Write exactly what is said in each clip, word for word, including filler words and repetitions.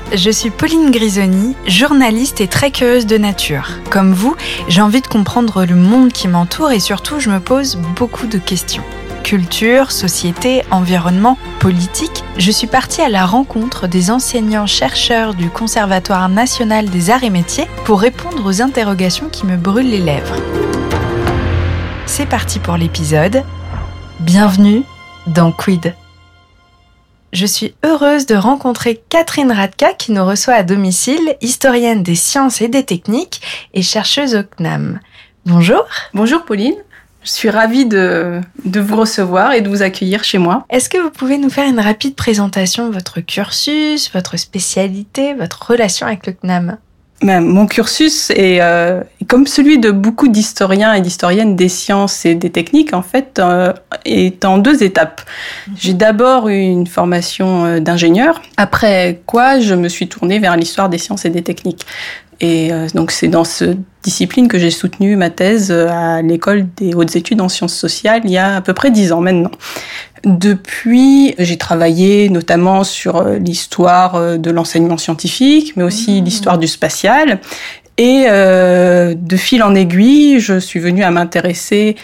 je suis Pauline Grisoni, journaliste et très curieuse de nature. Comme vous, j'ai envie de comprendre le monde qui m'entoure et surtout, je me pose beaucoup de questions. Culture, société, environnement, politique, je suis partie à la rencontre des enseignants-chercheurs du Conservatoire national des arts et métiers pour répondre aux interrogations qui me brûlent les lèvres. C'est parti pour l'épisode. Bienvenue dans Quid. Je suis heureuse de rencontrer Catherine Radka qui nous reçoit à domicile, historienne des sciences et des techniques et chercheuse au C N A M. Bonjour. Bonjour Pauline. Je suis ravie de, de vous recevoir et de vous accueillir chez moi. Est-ce que vous pouvez nous faire une rapide présentation de votre cursus, votre spécialité, votre relation avec le C N A M ? Mon cursus est, euh, comme celui de beaucoup d'historiens et d'historiennes des sciences et des techniques, en fait, euh, est en deux étapes. Mmh. J'ai d'abord eu une formation d'ingénieur, après quoi je me suis tournée vers l'histoire des sciences et des techniques. Et euh, donc c'est dans cette discipline que j'ai soutenu ma thèse à l'école des hautes études en sciences sociales il y a à peu près dix ans maintenant. Depuis, j'ai travaillé notamment sur l'histoire de l'enseignement scientifique, mais aussi mmh. l'histoire du spatial. Et euh, de fil en aiguille, je suis venue à m'intéresser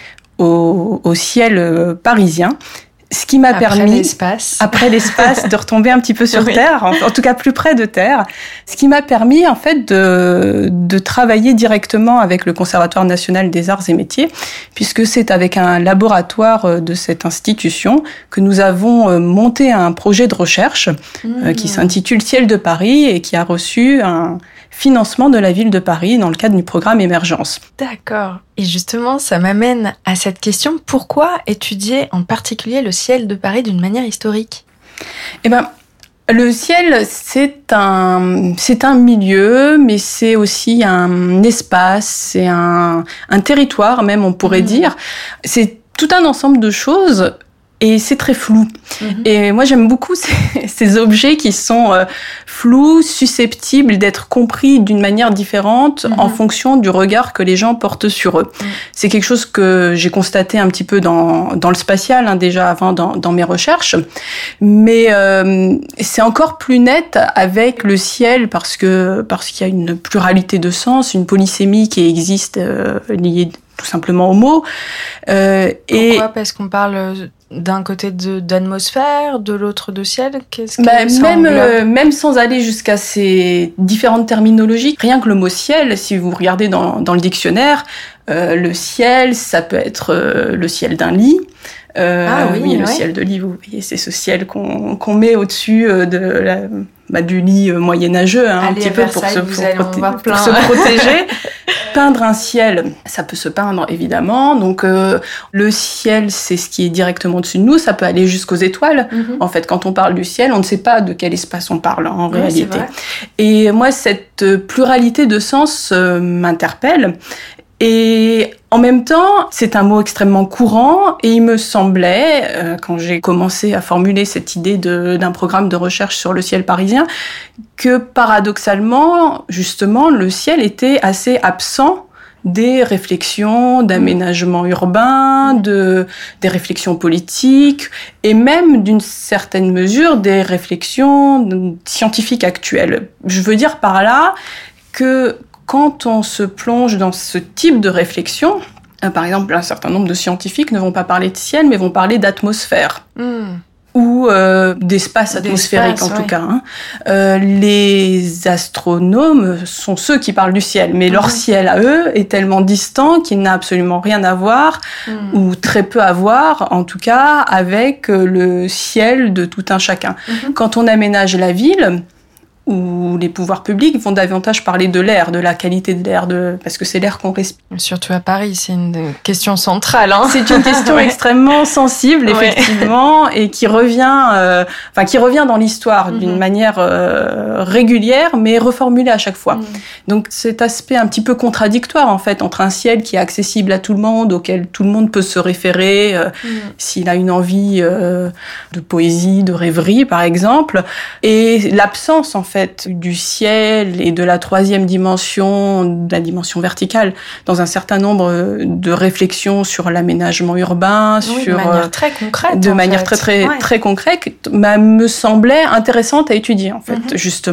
au, au ciel parisien. Ce qui m'a après permis, l'espace. après l'espace, de retomber un petit peu sur oui. Terre, en, en tout cas plus près de Terre. Ce qui m'a permis, en fait, de, de travailler directement avec le Conservatoire national des arts et métiers, puisque c'est avec un laboratoire de cette institution que nous avons monté un projet de recherche mmh. euh, qui s'intitule Ciel de Paris et qui a reçu un financement de la ville de Paris dans le cadre du programme Émergence. D'accord. Et justement, ça m'amène à cette question. Pourquoi étudier en particulier le ciel de Paris d'une manière historique ? Eh ben, le ciel, c'est un, c'est un milieu, mais c'est aussi un espace, c'est un, un territoire même, on pourrait mmh. dire. C'est tout un ensemble de choses. Et c'est très flou. Mmh. Et moi, j'aime beaucoup ces, ces objets qui sont euh, flous, susceptibles d'être compris d'une manière différente mmh. en fonction du regard que les gens portent sur eux. Mmh. C'est quelque chose que j'ai constaté un petit peu dans, dans le spatial, hein, déjà avant dans, dans mes recherches. Mais euh, c'est encore plus net avec le ciel parce que parce qu'il y a une pluralité de sens, une polysémie qui existe euh, liée tout simplement aux mots. Euh, et Pourquoi ? Parce qu'on parle d'un côté de, d'atmosphère, de l'autre de ciel. Qu'est-ce que bah, ça même, euh, même sans aller jusqu'à ces différentes terminologies, rien que le mot ciel, si vous regardez dans, dans le dictionnaire, euh, le ciel, ça peut être euh, le ciel d'un lit. Euh, ah oui, oui, le ouais. ciel de lit, vous voyez, c'est ce ciel qu'on, qu'on met au-dessus de la, bah, du lit moyenâgeux, hein, un petit peu pour se, pour, proté- pour se protéger. Peindre un ciel, ça peut se peindre évidemment. Donc euh, le ciel, c'est ce qui est directement au-dessus de nous. Ça peut aller jusqu'aux étoiles. Mm-hmm. En fait, quand on parle du ciel, on ne sait pas de quel espace on parle en oui, réalité. Et moi, cette pluralité de sens euh, m'interpelle. Et en même temps, c'est un mot extrêmement courant et il me semblait, euh, quand j'ai commencé à formuler cette idée de, d'un programme de recherche sur le ciel parisien, que paradoxalement, justement, le ciel était assez absent des réflexions d'aménagement urbain, de, des réflexions politiques et même, d'une certaine mesure, des réflexions scientifiques actuelles. Je veux dire par là que quand on se plonge dans ce type de réflexion, euh, par exemple, un certain nombre de scientifiques ne vont pas parler de ciel, mais vont parler d'atmosphère. Mm. Ou euh, d'espace atmosphérique, d'espace, en ouais. tout cas. Hein. Euh, les astronomes sont ceux qui parlent du ciel, mais mm. leur ciel à eux est tellement distant qu'il n'a absolument rien à voir, mm. ou très peu à voir, en tout cas, avec le ciel de tout un chacun. Mm-hmm. Quand on aménage la ville, où les pouvoirs publics vont davantage parler de l'air, de la qualité de l'air, de... parce que c'est l'air qu'on respire. Surtout à Paris, c'est une question centrale. Hein. C'est une question ouais. extrêmement sensible, effectivement, ouais. et qui revient, euh, enfin qui revient dans l'histoire mm-hmm. d'une manière euh, régulière, mais reformulée à chaque fois. Mm. Donc cet aspect un petit peu contradictoire, en fait, entre un ciel qui est accessible à tout le monde, auquel tout le monde peut se référer, euh, mm. s'il a une envie euh, de poésie, de rêverie, par exemple, et l'absence, en fait, du ciel et de la troisième dimension, de la dimension verticale, dans un certain nombre de réflexions sur l'aménagement urbain, oui, sur de manière très concrète, de manière fait. très très ouais. très concrète, bah, me semblait intéressante à étudier en fait, mm-hmm. justement.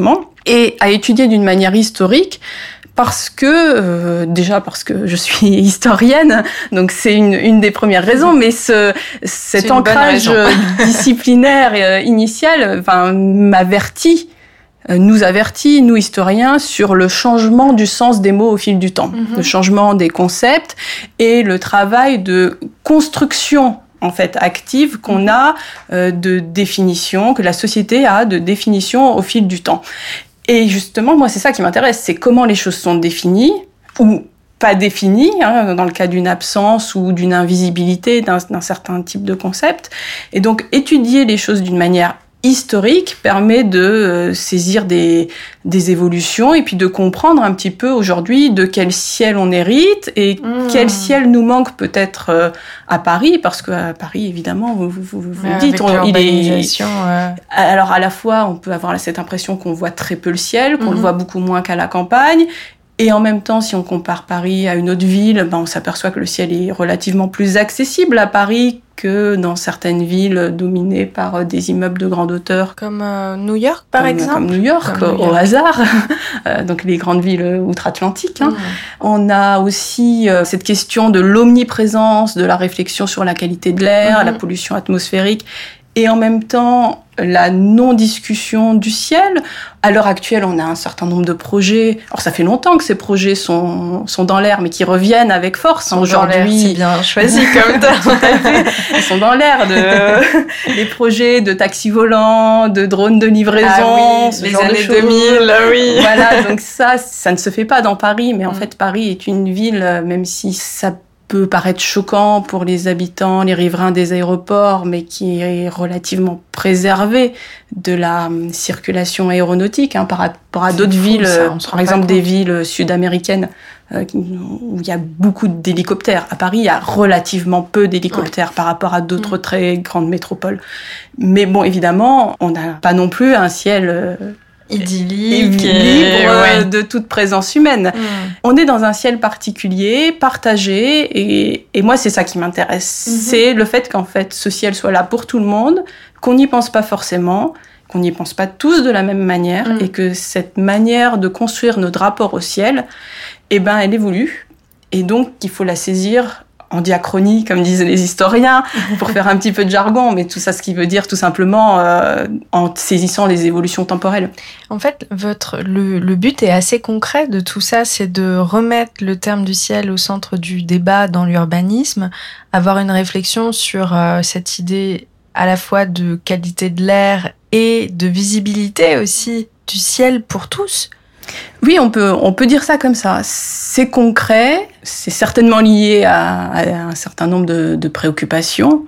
et à étudier d'une manière historique. Parce que, euh, déjà parce que je suis historienne, donc c'est une, une des premières raisons, mais ce, cet ancrage disciplinaire euh, initial enfin, m'avertit, euh, nous avertit, nous historiens, sur le changement du sens des mots au fil du temps, mm-hmm. le changement des concepts et le travail de construction en fait active qu'on a euh, de définition, que la société a de définition au fil du temps. Et justement, moi, c'est ça qui m'intéresse, c'est comment les choses sont définies ou pas définies, hein, dans le cas d'une absence ou d'une invisibilité d'un, d'un certain type de concept. Et donc, étudier les choses d'une manière historique permet de euh, saisir des, des évolutions et puis de comprendre un petit peu aujourd'hui de quel ciel on hérite et mmh. quel ciel nous manque peut-être euh, à Paris, parce qu'à Paris, évidemment, vous vous, vous ouais, dites, on, il est... Ouais. Alors à la fois, on peut avoir cette impression qu'on voit très peu le ciel, qu'on mmh. le voit beaucoup moins qu'à la campagne, et en même temps, si on compare Paris à une autre ville, ben on s'aperçoit que le ciel est relativement plus accessible à Paris que dans certaines villes dominées par des immeubles de grande hauteur. Comme euh, New York, par comme, exemple. Comme New York, comme New York. Au hasard. Donc les grandes villes outre-Atlantique. Hein. Mmh. On a aussi euh, cette question de l'omniprésence, de la réflexion sur la qualité de l'air, mmh. la pollution atmosphérique, et en même temps la non-discussion du ciel. À l'heure actuelle, on a un certain nombre de projets. Alors, ça fait longtemps que ces projets sont, sont dans l'air, mais qui reviennent avec force. Hein, aujourd'hui, c'est bien choisi comme ça. Tout à fait. Ils sont dans l'air. De... les projets de taxis volants, de drones de livraison, ah oui, ce les genre années de choses. deux mille, ah oui. Voilà, donc ça, ça ne se fait pas dans Paris. Mais en mm. fait, Paris est une ville, même si ça peut paraître choquant pour les habitants, les riverains des aéroports, mais qui est relativement préservé de la circulation aéronautique hein, par rapport à d'autres fou, villes, ça, par exemple des villes sud-américaines euh, où il y a beaucoup d'hélicoptères. À Paris, il y a relativement peu d'hélicoptères ouais. par rapport à d'autres mmh. très grandes métropoles. Mais bon, évidemment, on n'a pas non plus un ciel... Euh, idyllique et libre ouais. de toute présence humaine. Mmh. On est dans un ciel particulier, partagé, et, et moi, c'est ça qui m'intéresse. Mmh. C'est le fait qu'en fait, ce ciel soit là pour tout le monde, qu'on n'y pense pas forcément, qu'on n'y pense pas tous de la même manière, mmh. et que cette manière de construire notre rapport au ciel, eh ben, elle évolue, et donc, il faut la saisir en diachronie, comme disent les historiens, pour faire un petit peu de jargon, mais tout ça, ce qui veut dire tout simplement euh, en saisissant les évolutions temporelles. En fait, votre, le, le but est assez concret de tout ça, c'est de remettre le terme du ciel au centre du débat dans l'urbanisme, avoir une réflexion sur euh, cette idée à la fois de qualité de l'air et de visibilité aussi du ciel pour tous. Oui, on peut, on peut dire ça comme ça. C'est concret, c'est certainement lié à, à un certain nombre de, de préoccupations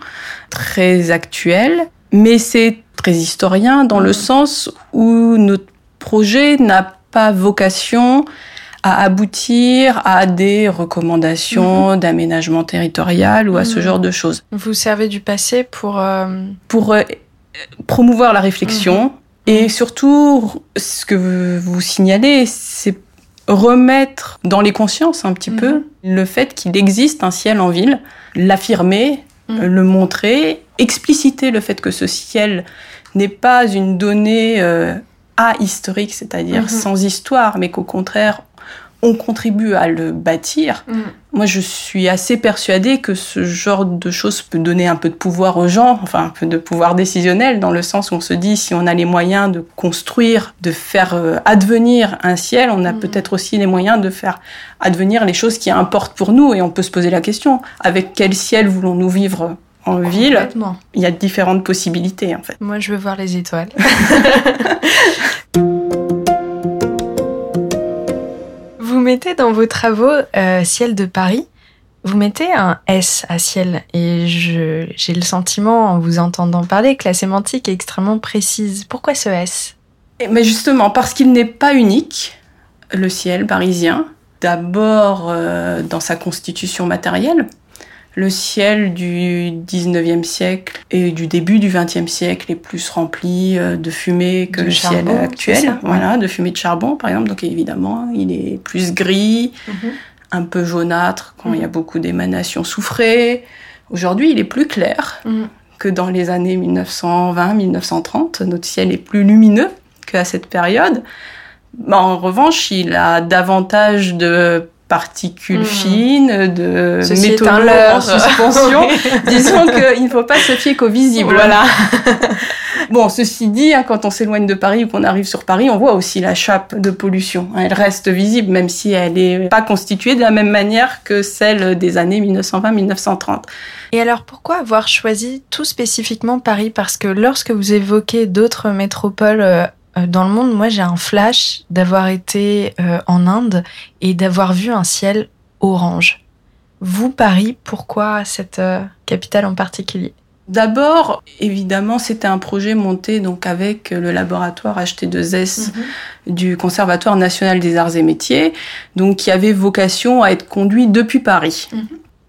très actuelles, mais c'est très historien dans le sens où notre projet n'a pas vocation à aboutir à des recommandations mmh. d'aménagement territorial ou à mmh. ce genre de choses. Vous servez du passé pour... Euh... Pour euh, promouvoir la réflexion, mmh. Et surtout, ce que vous signalez, c'est remettre dans les consciences un petit mmh. peu le fait qu'il existe un ciel en ville, l'affirmer, mmh. le montrer, expliciter le fait que ce ciel n'est pas une donnée euh, ahistorique, c'est-à-dire mmh. sans histoire, mais qu'au contraire, on contribue à le bâtir. Mmh. Moi, je suis assez persuadée que ce genre de choses peut donner un peu de pouvoir aux gens, enfin un peu de pouvoir décisionnel, dans le sens où on se dit, si on a les moyens de construire, de faire euh, advenir un ciel, on a mmh. peut-être aussi les moyens de faire advenir les choses qui importent pour nous. Et on peut se poser la question, avec quel ciel voulons-nous vivre en ville ? Il y a différentes possibilités, en fait. Moi, je veux voir les étoiles. Vous mettez dans vos travaux euh, Ciel de Paris, vous mettez un S à ciel. Et je, j'ai le sentiment, en vous entendant parler, que la sémantique est extrêmement précise. Pourquoi ce S ? Mais justement, parce qu'il n'est pas unique, le ciel parisien. D'abord, euh, dans sa constitution matérielle. Le ciel du dix-neuvième siècle et du début du vingtième siècle est plus rempli de fumée que de le charbon, ciel actuel. Ça, voilà, de fumée de charbon, par exemple. Donc évidemment, il est plus gris, mm-hmm. un peu jaunâtre quand mm-hmm. il y a beaucoup d'émanations soufrées. Aujourd'hui, il est plus clair mm-hmm. que dans les années mille neuf cent vingt mille neuf cent trente. Notre ciel est plus lumineux qu'à cette période. Bah, en revanche, il a davantage de particules mmh. fines, de Ceci métaux en suspension. Disons qu'il ne faut pas se fier qu'au visible. Voilà. Bon, ceci dit, hein, quand on s'éloigne de Paris ou qu'on arrive sur Paris, on voit aussi la chape de pollution. Elle reste visible, même si elle n'est pas constituée de la même manière que celle des années dix-neuf cent vingt à dix-neuf cent trente. Et alors, pourquoi avoir choisi tout spécifiquement Paris ? Parce que lorsque vous évoquez d'autres métropoles euh, dans le monde, moi j'ai un flash d'avoir été euh, en Inde et d'avoir vu un ciel orange. Vous, Paris, pourquoi cette euh, capitale en particulier ? D'abord, évidemment, c'était un projet monté donc avec le laboratoire H T deux S mmh. du Conservatoire national des arts et métiers, donc qui avait vocation à être conduit depuis Paris. Mmh.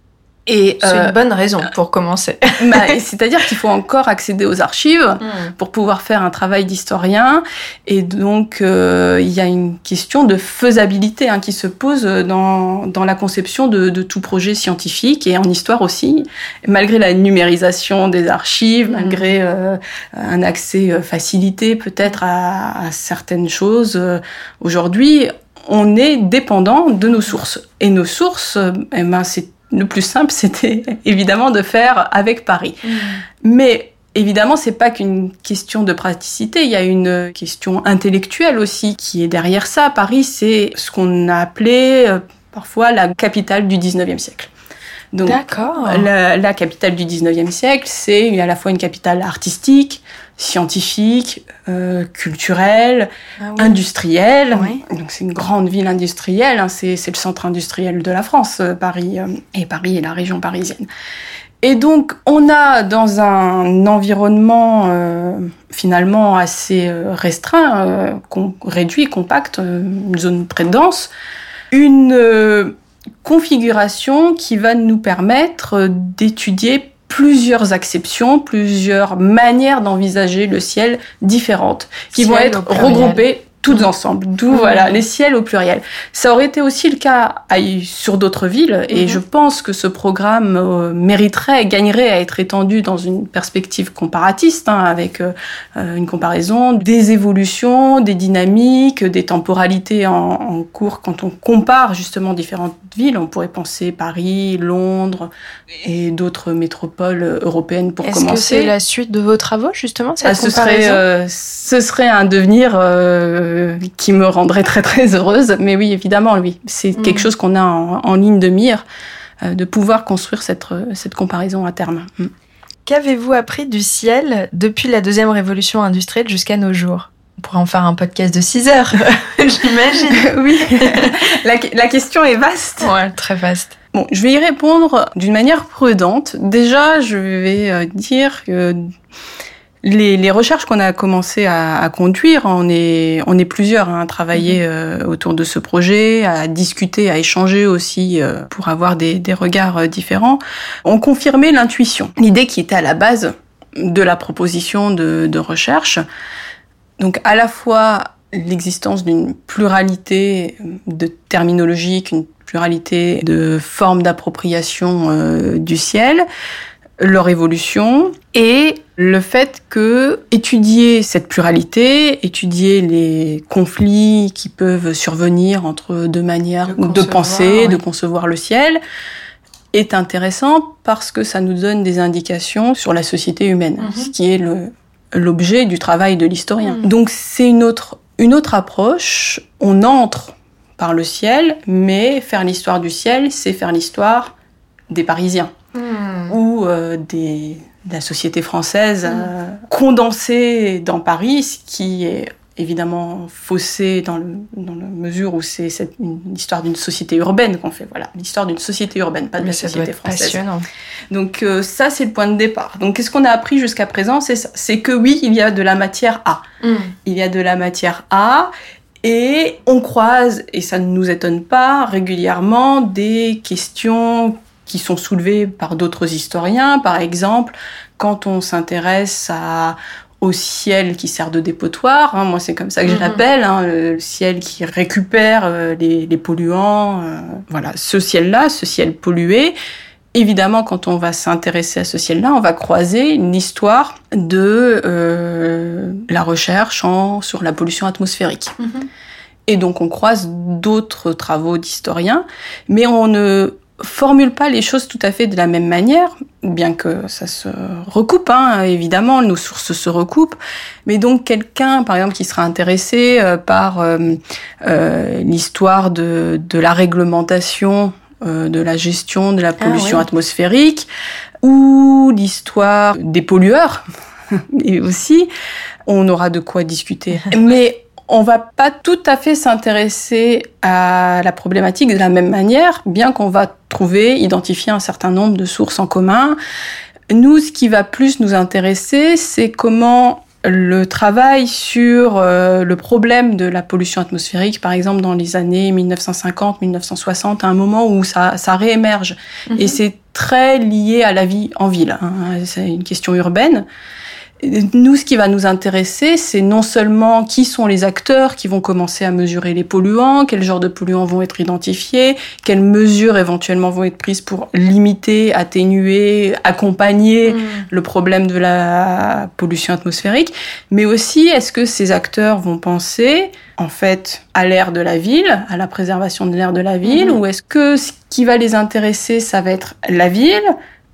Et c'est euh, une bonne raison pour commencer. Bah, c'est-à-dire qu'il faut encore accéder aux archives mmh. pour pouvoir faire un travail d'historien. Et donc, euh, il y a une question de faisabilité hein, qui se pose dans, dans la conception de, de tout projet scientifique et en histoire aussi. Malgré la numérisation des archives, mmh. malgré euh, un accès facilité peut-être à, à certaines choses, euh, aujourd'hui, on est dépendant de nos sources. Et nos sources, eh ben, c'est le plus simple, c'était évidemment de faire avec Paris. Mmh. Mais évidemment, c'est pas qu'une question de praticité, il y a une question intellectuelle aussi qui est derrière ça. Paris, c'est ce qu'on a appelé euh, parfois la capitale du dix-neuvième siècle. Donc, D'accord. La, la capitale du dix-neuvième siècle, c'est à la fois une capitale artistique, scientifique, euh, culturelle, ah oui. industrielle. Oui. Donc c'est une grande ville industrielle, hein, c'est, c'est le centre industriel de la France, euh, Paris, euh, et Paris est la région parisienne. Et donc on a dans un environnement euh, finalement assez euh, restreint, euh, com- réduit, compact, euh, une zone très dense, une euh, configuration qui va nous permettre d'étudier plusieurs acceptions, plusieurs manières d'envisager le ciel différentes, qui ciel vont être regroupées toutes mmh. ensemble. D'où mmh. voilà les ciels au pluriel. Ça aurait été aussi le cas sur d'autres villes, et mmh. je pense que ce programme euh, mériterait, gagnerait à être étendu dans une perspective comparatiste, hein, avec euh, une comparaison des évolutions, des dynamiques, des temporalités en, en cours. Quand on compare justement différentes villes, on pourrait penser Paris, Londres et d'autres métropoles européennes pour Est-ce commencer. Est-ce que c'est la suite de vos travaux justement cette ah, ce comparaison serait, euh, ce serait un devenir euh, qui me rendrait très très heureuse, mais oui, évidemment, oui, c'est mmh. quelque chose qu'on a en, en ligne de mire, euh, de pouvoir construire cette, cette comparaison à terme. Mmh. Qu'avez-vous appris du ciel depuis la deuxième révolution industrielle jusqu'à nos jours ? On pourrait en faire un podcast de six heures, j'imagine. Oui, la, la question est vaste. Ouais, très vaste. Bon, je vais y répondre d'une manière prudente. Déjà, je vais euh, dire que Les, les recherches qu'on a commencé à, à conduire, on est, on est plusieurs hein, à travailler mmh. euh, autour de ce projet, à discuter, à échanger aussi euh, pour avoir des, des regards euh, différents, ont confirmé l'intuition, l'idée qui était à la base de la proposition de, de recherche. Donc à la fois l'existence d'une pluralité de terminologiques, une pluralité de formes d'appropriation euh, du ciel, leur évolution et le fait que étudier cette pluralité, étudier les conflits qui peuvent survenir entre deux manières de, de penser, oui. de concevoir le ciel, est intéressant parce que ça nous donne des indications sur la société humaine, mm-hmm. ce qui est le, l'objet du travail de l'historien. Mm. Donc c'est une autre, une autre approche. On entre par le ciel, mais faire l'histoire du ciel, c'est faire l'histoire des Parisiens. Mmh. ou euh, des, de la société française mmh. euh, condensée dans Paris, ce qui est évidemment faussé dans, le, dans la mesure où c'est cette, une histoire d'une société urbaine qu'on fait. Voilà, l'histoire d'une société urbaine, pas de Mais la société française. Passionnant. Donc euh, ça, c'est le point de départ. Donc qu'est-ce qu'on a appris jusqu'à présent ? C'est ça. C'est que oui, il y a de la matière A. Mmh. Il y a de la matière A. Et on croise, et ça ne nous étonne pas, régulièrement des questions qui sont soulevées par d'autres historiens. Par exemple, quand on s'intéresse à, au ciel qui sert de dépotoir, hein, moi c'est comme ça que je l'appelle, hein, le ciel qui récupère euh, les, les polluants, euh, voilà, ce ciel-là, ce ciel pollué. Évidemment, quand on va s'intéresser à ce ciel-là, on va croiser une histoire de euh, la recherche en, sur la pollution atmosphérique. Mm-hmm. Et donc on croise d'autres travaux d'historiens, mais on ne formule pas les choses tout à fait de la même manière, bien que ça se recoupe, hein, évidemment, nos sources se recoupent. Mais donc quelqu'un, par exemple, qui sera intéressé euh, par euh, euh, l'histoire de, de la réglementation, euh, de la gestion de la pollution ah, oui. atmosphérique, ou l'histoire des pollueurs, et aussi, on aura de quoi discuter. Mais on va pas tout à fait s'intéresser à la problématique de la même manière, bien qu'on va trouver, identifier un certain nombre de sources en commun. Nous, ce qui va plus nous intéresser, c'est comment le travail sur euh, le problème de la pollution atmosphérique, par exemple dans les années mille neuf cent cinquante, mille neuf cent soixante, à un moment où ça, ça réémerge. Mm-hmm. Et c'est très lié à la vie en ville, hein. C'est une question urbaine. Nous, ce qui va nous intéresser, c'est non seulement qui sont les acteurs qui vont commencer à mesurer les polluants, quel genre de polluants vont être identifiés, quelles mesures éventuellement vont être prises pour limiter, atténuer, accompagner mmh. le problème de la pollution atmosphérique, mais aussi est-ce que ces acteurs vont penser en fait à l'air de la ville, à la préservation de l'air de la ville, mmh. ou est-ce que ce qui va les intéresser, ça va être la ville,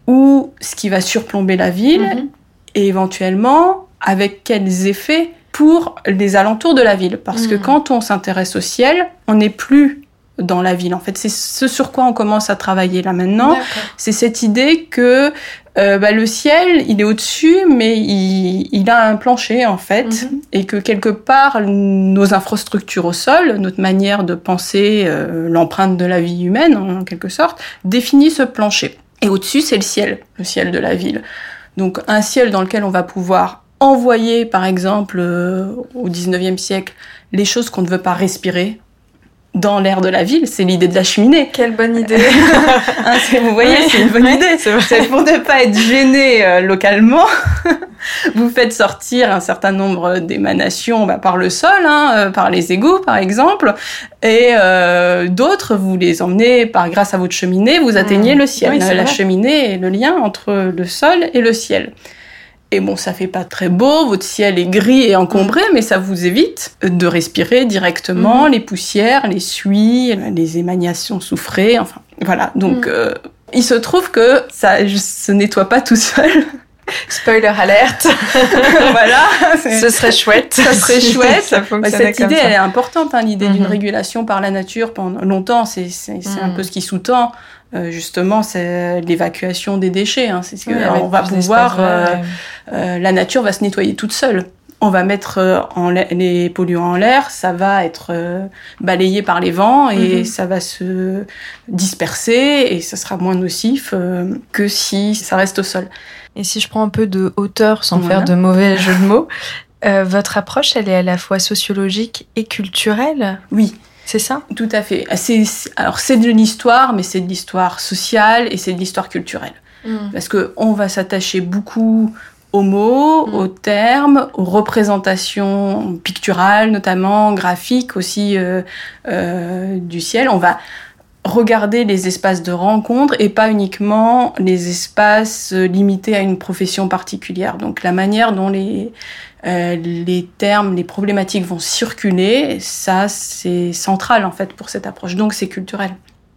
ou ce qui va surplomber la ville, mmh. et éventuellement, avec quels effets pour les alentours de la ville. Parce mmh. que quand on s'intéresse au ciel, on n'est plus dans la ville. En fait, c'est ce sur quoi on commence à travailler là maintenant. D'accord. C'est cette idée que euh, bah, le ciel, il est au-dessus, mais il, il a un plancher, en fait. Mmh. Et que quelque part, nos infrastructures au sol, notre manière de penser euh, l'empreinte de la vie humaine, en quelque sorte, définit ce plancher. Et au-dessus, c'est le ciel, le ciel de la ville. Donc un ciel dans lequel on va pouvoir envoyer, par exemple, euh, au dix-neuvième siècle, les choses qu'on ne veut pas respirer dans l'air de la ville. C'est l'idée de la cheminée. Quelle bonne idée. hein, c'est, Vous voyez, oui, c'est une bonne oui, idée. C'est, c'est pour ne pas être gêné euh, localement. Vous faites sortir un certain nombre d'émanations bah, par le sol, hein, euh, par les égouts, par exemple. Et euh, d'autres, vous les emmenez, par, grâce à votre cheminée, vous atteignez mmh. le ciel. Oui, la vrai. Cheminée est le lien entre le sol et le ciel. Et bon, ça fait pas très beau, votre ciel est gris et encombré, mmh. mais ça vous évite de respirer directement mmh. les poussières, les suies, les émanations soufrées, enfin, voilà. Donc, mmh. euh, il se trouve que ça se nettoie pas tout seul. Spoiler alerte. Voilà. Ce serait chouette. Ça serait chouette. Ça bah, cette idée, ça. elle est importante, hein, l'idée mm-hmm. d'une régulation par la nature pendant longtemps. C'est, c'est, c'est mm. un peu ce qui sous-tend, euh, justement, c'est l'évacuation des déchets. Hein. C'est ce que, oui, on va pouvoir, euh, euh, la nature va se nettoyer toute seule. On va mettre euh, en la- les polluants en l'air, ça va être euh, balayé par les vents et mm-hmm. ça va se disperser et ça sera moins nocif euh, que si ça reste au sol. Et si je prends un peu de hauteur, sans voilà. faire de mauvais jeux de mots, euh, votre approche, elle est à la fois sociologique et culturelle ? Oui. C'est ça ? Tout à fait. C'est, c'est, alors, c'est de l'histoire, mais c'est de l'histoire sociale et c'est de l'histoire culturelle. Mm. Parce qu'on va s'attacher beaucoup aux mots, mm. aux termes, aux représentations picturales, notamment graphiques aussi euh, euh, du ciel. On va regarder les espaces de rencontre et pas uniquement les espaces limités à une profession particulière. Donc la manière dont les, euh, les termes, les problématiques vont circuler, ça c'est central en fait pour cette approche. Donc c'est culturel.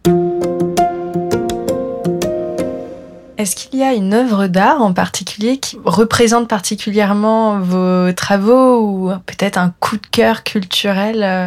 Est-ce qu'il y a une œuvre d'art en particulier qui représente particulièrement vos travaux ou peut-être un coup de cœur culturel ?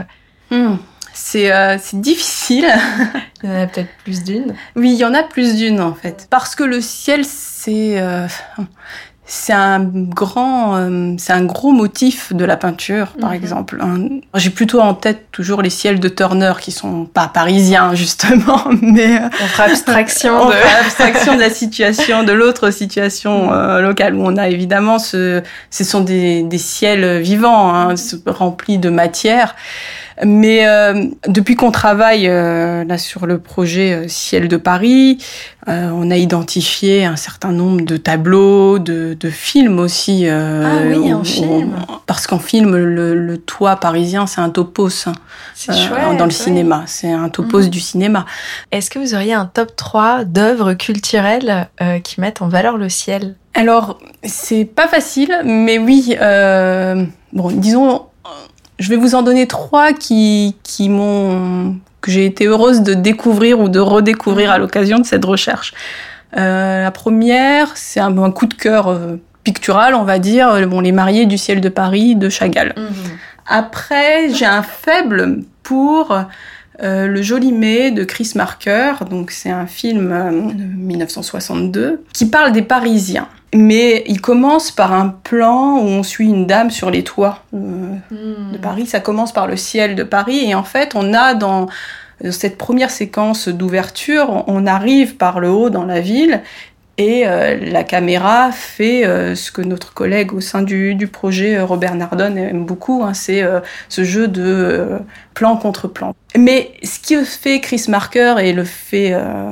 mmh. C'est, euh, c'est difficile. Il y en a peut-être plus d'une. Oui, il y en a plus d'une, en fait. Parce que le ciel, c'est, euh, c'est un grand, euh, c'est un gros motif de la peinture, par mm-hmm. exemple. J'ai plutôt en tête toujours les ciels de Turner, qui sont pas parisiens, justement, mais... On fera abstraction on de... fera abstraction de la situation, de l'autre situation euh, locale, où on a évidemment ce... Ce sont des, des ciels vivants, hein, remplis de matière. Mais euh, depuis qu'on travaille euh, là sur le projet euh, Ciel de Paris, euh, on a identifié un certain nombre de tableaux, de, de films aussi. Euh, ah oui, un on, film. On, parce qu'en film, le, le toit parisien, c'est un topos. Hein, c'est euh, chouette. Dans le cinéma, ouais. C'est un topos mmh. du cinéma. Est-ce que vous auriez un top trois d'œuvres culturelles euh, qui mettent en valeur le ciel ? Alors, c'est pas facile, mais oui. Euh, bon, disons... Je vais vous en donner trois qui, qui m'ont, que j'ai été heureuse de découvrir ou de redécouvrir à l'occasion de cette recherche. Euh, la première, c'est un, un coup de cœur euh, pictural, on va dire, bon, Les Mariés du ciel de Paris de Chagall. Mmh. Après, j'ai un faible pour euh, Le Joli Mai de Chris Marker. Donc, c'est un film euh, de dix-neuf cent soixante-deux qui parle des Parisiens. Mais il commence par un plan où on suit une dame sur les toits euh, mmh. de Paris. Ça commence par le ciel de Paris. Et en fait, on a dans cette première séquence d'ouverture, on arrive par le haut dans la ville. Et euh, la caméra fait euh, ce que notre collègue au sein du, du projet, euh, Robert Nardone, aime beaucoup, hein, c'est euh, ce jeu de euh, plan contre plan. Mais ce que fait Chris Marker et le fait euh,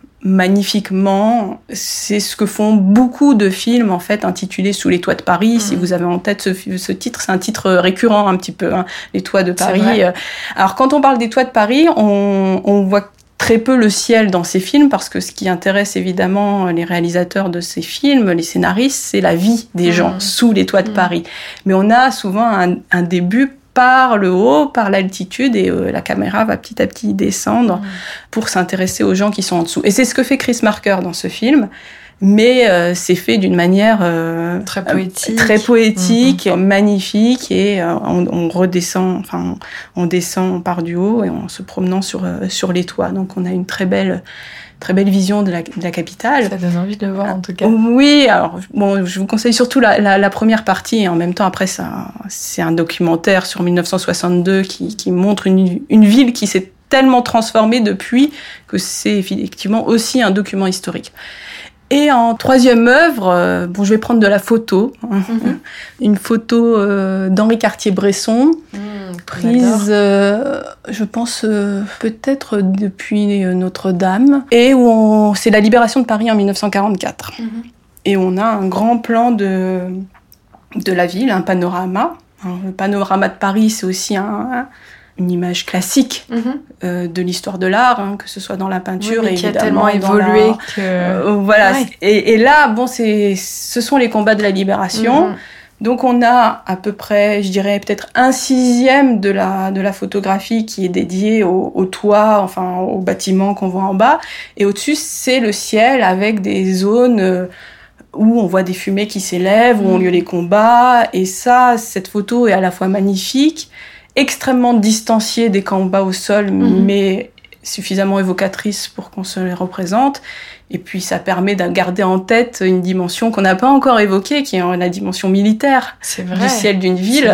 magnifiquement, c'est ce que font beaucoup de films en fait intitulés Sous les toits de Paris. Mmh. Si vous avez en tête ce, ce titre, c'est un titre récurrent un petit peu, hein, Les toits de Paris. Alors quand on parle des toits de Paris, on, on voit très peu le ciel dans ces films, parce que ce qui intéresse évidemment les réalisateurs de ces films, les scénaristes, c'est la vie des mmh. gens sous les toits de mmh. Paris. Mais on a souvent un, un début par le haut, par l'altitude, et euh, la caméra va petit à petit descendre mmh. pour s'intéresser aux gens qui sont en dessous. Et c'est ce que fait Chris Marker dans ce film. Mais euh, c'est fait d'une manière euh, très poétique, euh, très poétique, mmh. magnifique, et euh, on, on redescend, enfin, on, on descend par du haut et en se promenant sur euh, sur les toits. Donc, on a une très belle, très belle vision de la, de la capitale. Ça donne envie de le voir, en tout cas. Oui, alors bon, je vous conseille surtout la, la, la première partie, et en même temps, après, ça, c'est un documentaire sur dix-neuf cent soixante-deux qui, qui montre une, une ville qui s'est tellement transformée depuis que c'est effectivement aussi un document historique. Et en troisième œuvre, euh, bon, je vais prendre de la photo, hein, mm-hmm. une photo euh, d'Henri Cartier-Bresson, mm, prise, euh, je pense euh, peut-être depuis Notre-Dame, et où on, c'est la libération de Paris en dix-neuf cent quarante-quatre. Mm-hmm. Et on a un grand plan de de la ville, un panorama. Alors, le panorama de Paris, c'est aussi un, un une image classique mm-hmm. euh, de l'histoire de l'art, hein, que ce soit dans la peinture, oui, et qui a tellement évolué la... que euh, voilà. Ouais. Et, et là, bon, c'est, ce sont les combats de la libération. Mm-hmm. Donc, on a à peu près, je dirais peut-être un sixième de la de la photographie qui est dédiée au, au toit, enfin aux bâtiments qu'on voit en bas, et au-dessus, c'est le ciel avec des zones euh, où on voit des fumées qui s'élèvent, où mm-hmm. ont lieu les combats. Et ça, cette photo est à la fois magnifique, extrêmement distanciée des combats au sol, mmh. mais suffisamment évocatrice pour qu'on se les représente. Et puis, ça permet de garder en tête une dimension qu'on n'a pas encore évoquée, qui est la dimension militaire du ciel d'une ville,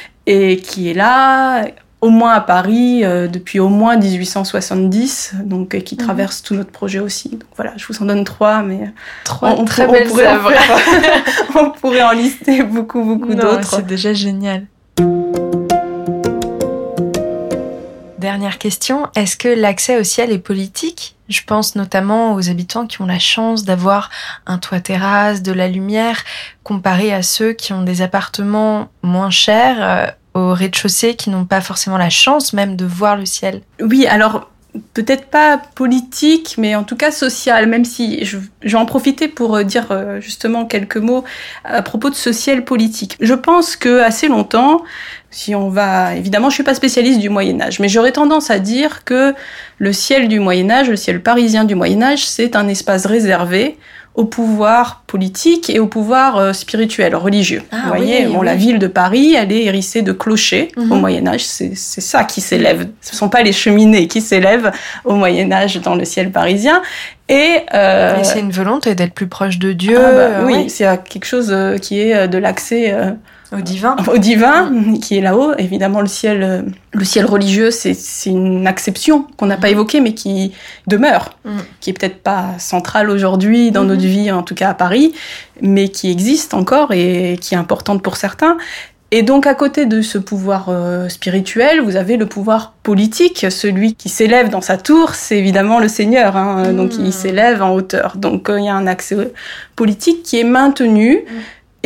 et qui est là, au moins à Paris, euh, depuis au moins dix-huit cent soixante-dix, donc et qui mmh. traverse tout notre projet aussi. Donc voilà, je vous en donne trois, mais trois on, on, très on, belles pourrait œuvres. En, on pourrait en lister beaucoup, beaucoup non, d'autres. C'est déjà génial. Dernière question, est-ce que l'accès au ciel est politique ? Je pense notamment aux habitants qui ont la chance d'avoir un toit-terrasse, de la lumière, comparé à ceux qui ont des appartements moins chers, euh, au rez-de-chaussée, qui n'ont pas forcément la chance même de voir le ciel. Oui, alors peut-être pas politique, mais en tout cas social, même si je, je vais en profiter pour dire euh, justement quelques mots à propos de ce ciel politique. Je pense que assez longtemps, si on va... Évidemment, je suis pas spécialiste du Moyen-Âge, mais j'aurais tendance à dire que le ciel du Moyen-Âge, le ciel parisien du Moyen-Âge, c'est un espace réservé au pouvoir politique et au pouvoir euh, spirituel, religieux. Ah, vous voyez, oui, bon, oui. La ville de Paris, elle est hérissée de clochers mm-hmm. au Moyen-Âge. C'est, c'est ça qui s'élève. Ce ne sont pas les cheminées qui s'élèvent au Moyen-Âge dans le ciel parisien. Et, euh... et c'est une volonté d'être plus proche de Dieu. Ah, bah, oui, oui, c'est quelque chose qui est de l'accès... Euh, Au divin. Au divin, mmh. qui est là-haut. Évidemment, le ciel, le ciel religieux, c'est, c'est une acception qu'on n'a mmh. pas évoquée, mais qui demeure, mmh. qui est peut-être pas centrale aujourd'hui dans mmh. notre vie, en tout cas à Paris, mais qui existe encore et qui est importante pour certains. Et donc, à côté de ce pouvoir euh, spirituel, vous avez le pouvoir politique. Celui qui s'élève dans sa tour, c'est évidemment le Seigneur. Hein, mmh. Donc, il s'élève en hauteur. Donc, il euh, y a un accès politique qui est maintenu. Mmh.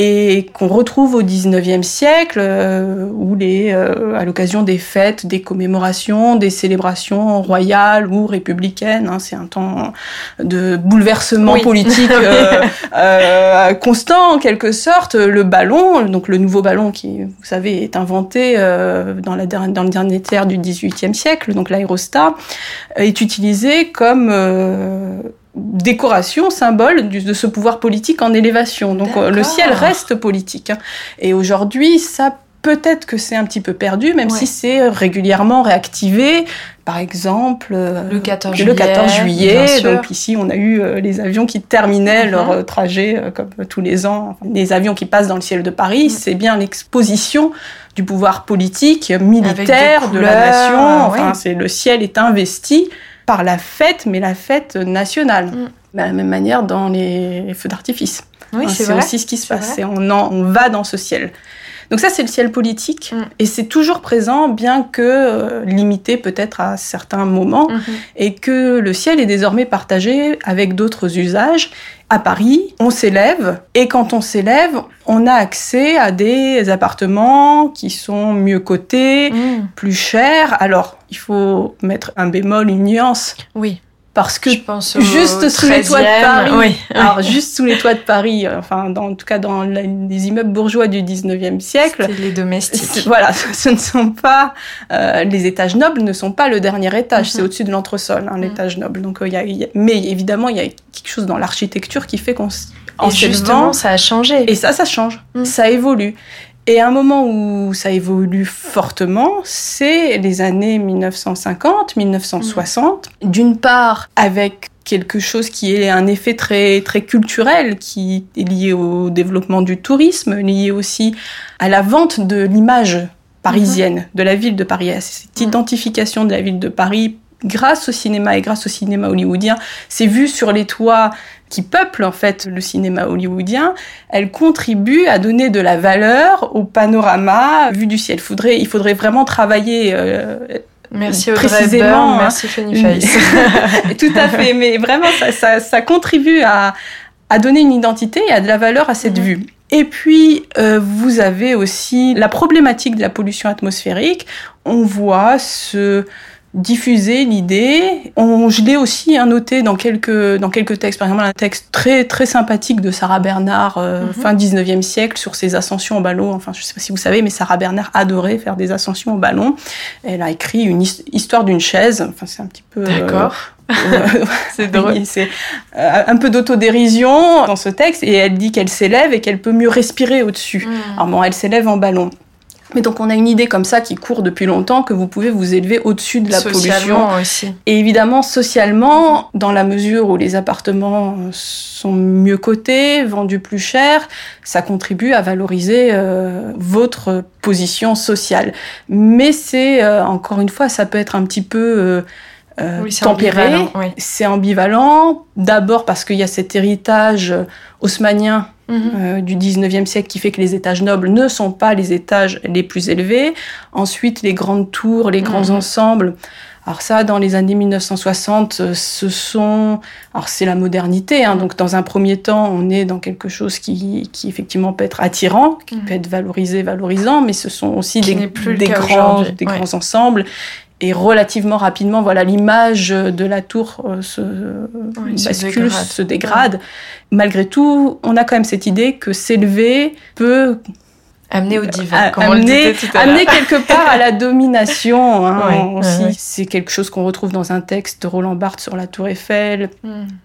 et qu'on retrouve au dix-neuvième siècle, euh, où les, euh, à l'occasion des fêtes, des commémorations, des célébrations royales ou républicaines, hein, c'est un temps de bouleversement oui. politique euh, euh, constant en quelque sorte. Le ballon, donc le nouveau ballon qui, vous savez, est inventé euh, dans, la, dans le dernier tiers du dix-huitième siècle, donc l'aérostat, est utilisé comme euh, décoration, symbole de ce pouvoir politique en élévation. Donc D'accord. le ciel reste politique. Hein. Et aujourd'hui, ça peut-être que c'est un petit peu perdu, même ouais. si c'est régulièrement réactivé. Par exemple, le quatorze le quatorze juillet. Donc ici, on a eu euh, les avions qui terminaient mm-hmm. leur euh, trajet, euh, comme euh, tous les ans. Enfin, les avions qui passent dans le ciel de Paris, mm. c'est bien l'exposition du pouvoir politique, militaire, de la nation. Enfin, ouais. c'est, le ciel est investi par la fête, mais la fête nationale. Mm. De la même manière dans les feux d'artifice. Oui, enfin, c'est, c'est vrai. aussi ce qui se c'est passe. C'est on, en, on va dans ce ciel. Donc ça, c'est le ciel politique. Mm. Et c'est toujours présent, bien que euh, limité peut-être à certains moments. Mm-hmm. Et que le ciel est désormais partagé avec d'autres usages. À Paris, on s'élève. Et quand on s'élève, on a accès à des appartements qui sont mieux cotés, mm. plus chers. Alors, il faut mettre un bémol, une nuance. Oui. Parce que juste sous les toits de Paris, oui, alors oui. juste sous les toits de Paris, enfin dans, en tout cas dans la, les immeubles bourgeois du dix-neuvième siècle, c'est les domestiques. Voilà, ce ne sont pas euh, les étages nobles, ne sont pas le dernier étage, mm-hmm. c'est au-dessus de l'entresol, hein, mm-hmm. l'étage noble. Donc il euh, y, y a, mais évidemment il y a quelque chose dans l'architecture qui fait qu'on en et justement ça a changé. Et ça, ça change, mm. ça évolue. Et un moment où ça évolue fortement, c'est les années dix-neuf cent cinquante, dix-neuf cent soixante. Mmh. D'une part, avec quelque chose qui est un effet très, très culturel, qui est lié au développement du tourisme, lié aussi à la vente de l'image parisienne, mmh. de la ville de Paris, à cette mmh. identification de la ville de Paris grâce au cinéma et grâce au cinéma hollywoodien. C'est vu sur les toits qui peuplent en fait le cinéma hollywoodien, elle contribue à donner de la valeur au panorama vu du ciel. Il faudrait, il faudrait vraiment travailler euh, merci précisément. Audrey Byrne, merci Funny Face. Tout à fait, mais vraiment ça, ça, ça contribue à, à donner une identité et à de la valeur à cette mm-hmm. vue. Et puis, euh, vous avez aussi la problématique de la pollution atmosphérique. On voit ce... diffuser l'idée. On, je l'ai aussi hein, noté dans quelques, dans quelques textes. Par exemple, un texte très, très sympathique de Sarah Bernard, euh, mm-hmm. fin dix-neuvième siècle, sur ses ascensions au ballon. Enfin, je ne sais pas si vous savez, mais Sarah Bernard adorait faire des ascensions au ballon. Elle a écrit une his- histoire d'une chaise. Enfin, c'est un petit peu... D'accord. Euh, euh, c'est drôle. C'est euh, un peu d'autodérision dans ce texte. Et elle dit qu'elle s'élève et qu'elle peut mieux respirer au-dessus. Mm. Alors bon, elle s'élève en ballon. Mais donc on a une idée comme ça qui court depuis longtemps que vous pouvez vous élever au-dessus de la socialement pollution. Aussi. Et évidemment socialement, dans la mesure où les appartements sont mieux cotés, vendus plus cher, ça contribue à valoriser euh, votre position sociale. Mais c'est, euh, encore une fois, ça peut être un petit peu... Euh, Euh, oui, c'est tempéré, ambivalent, oui. c'est ambivalent, d'abord parce qu'il y a cet héritage haussmannien mm-hmm. euh, du dix-neuvième siècle qui fait que les étages nobles ne sont pas les étages les plus élevés, ensuite les grandes tours, les grands mm-hmm. ensembles, alors ça dans les années dix-neuf cent soixante, ce sont, alors c'est la modernité, hein, mm-hmm. donc dans un premier temps on est dans quelque chose qui, qui effectivement peut être attirant, qui mm-hmm. peut être valorisé, valorisant, mais ce sont aussi qui des, des, grands, des ouais. grands ensembles. Et relativement rapidement, voilà, l'image de la tour euh, se oui, bascule, se dégrade. Se dégrade. Ouais. Malgré tout, on a quand même cette idée que s'élever peut... Amener au divin, à, comme amener, on le disait tout à l'heure. Amener quelque part à la domination. Hein, ouais, aussi. Ouais, ouais. C'est quelque chose qu'on retrouve dans un texte de Roland Barthes sur la tour Eiffel, mm.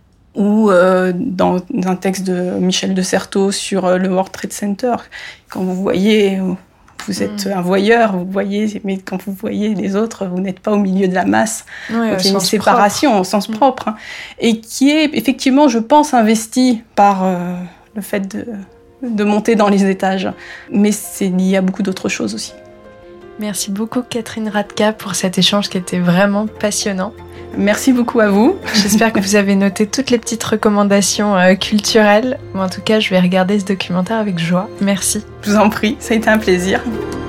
ou euh, dans un texte de Michel de Certeau sur euh, le World Trade Center. Quand vous voyez... Vous êtes mmh. un voyeur, vous voyez, mais quand vous voyez les autres, vous n'êtes pas au milieu de la masse. Ouais, donc il y a une séparation propre. Au sens mmh. propre, hein, et qui est effectivement, je pense, investie par euh, le fait de, de monter dans les étages. Mais c'est lié à beaucoup d'autres choses aussi. Merci beaucoup Catherine Radka pour cet échange qui était vraiment passionnant. Merci beaucoup à vous. J'espère que vous avez noté toutes les petites recommandations euh, culturelles. Mais en tout cas, je vais regarder ce documentaire avec joie. Merci. Je vous en prie, ça a été un plaisir.